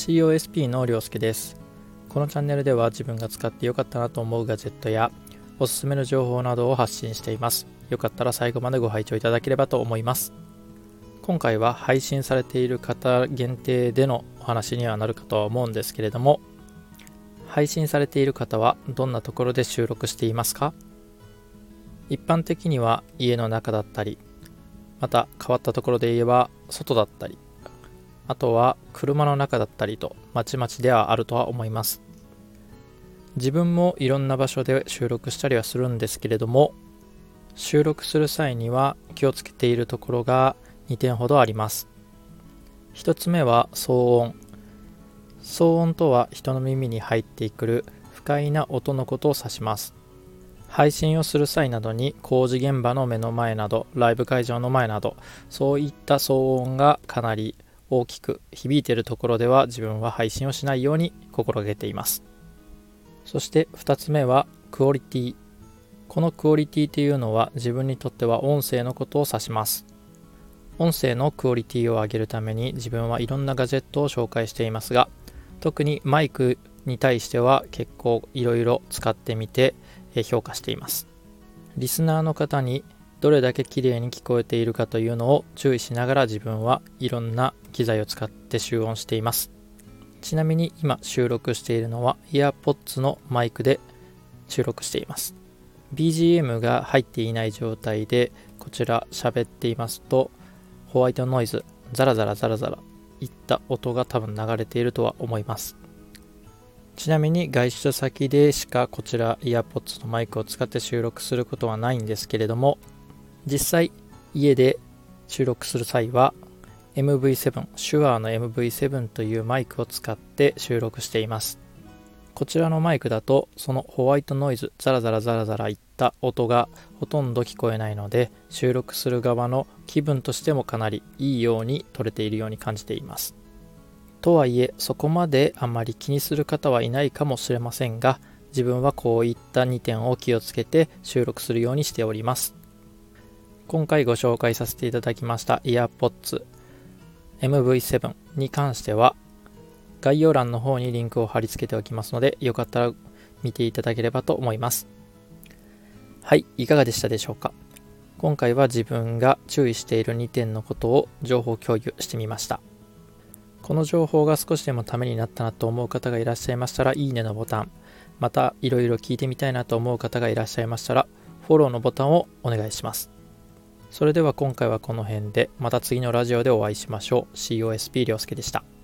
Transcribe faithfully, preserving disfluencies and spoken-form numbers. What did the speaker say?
シーオーエスピー のりょうすけです。このチャンネルでは自分が使ってよかったなと思うガジェットやおすすめの情報などを発信しています。よかったら最後までご拝聴いただければと思います。今回は配信されている方限定でのお話にはなるかとは思うんですけれども、配信されている方はどんなところで収録していますか？一般的には家の中だったり、また変わったところで言えば外だったり、あとは車の中だったりとまちまちではあるとは思います。自分もいろんな場所で収録したりはするんですけれども、収録する際には気をつけているところがにてんほどあります。ひとつめは騒音。騒音とは人の耳に入ってくる不快な音のことを指します。配信をする際などに工事現場の目の前などライブ会場の前などそういった騒音がかなり大きく響いているところでは自分は配信をしないように心がけています。そしてふたつめはクオリティ。このクオリティというのは自分にとっては音声のことを指します。音声のクオリティを上げるために自分はいろんなガジェットを紹介していますが、特にマイクに対しては結構いろいろ使ってみて評価しています。リスナーの方にどれだけ綺麗に聞こえているかというのを注意しながら自分はいろんな機材を使って集音しています。ちなみに今収録しているのは AirPods のマイクで収録しています。 ビージーエム が入っていない状態でこちら喋っていますと、ホワイトノイズ、ザラザラザラザラいった音が多分流れているとは思います。ちなみに外出先でしかこちら AirPods のマイクを使って収録することはないんですけれども、実際家で収録する際は エムブイセブン、シュアーの エムブイセブン というマイクを使って収録しています。こちらのマイクだとそのホワイトノイズ、ザラザラザラザラいった音がほとんど聞こえないので、収録する側の気分としてもかなりいいように撮れているように感じています。とはいえそこまであまり気にする方はいないかもしれませんが、自分はこういったにてんを気をつけて収録するようにしております。今回ご紹介させていただきました AirPods エムブイセブン に関しては概要欄の方にリンクを貼り付けておきますので、よかったら見ていただければと思います。はい、いかがでしたでしょうか。今回は自分が注意しているにてんのことを情報共有してみました。この情報が少しでもためになったなと思う方がいらっしゃいましたらいいねのボタン、またいろいろ聞いてみたいなと思う方がいらっしゃいましたらフォローのボタンをお願いします。それでは今回はこの辺で、また次のラジオでお会いしましょう。 シーオーエスピー りょうすけでした。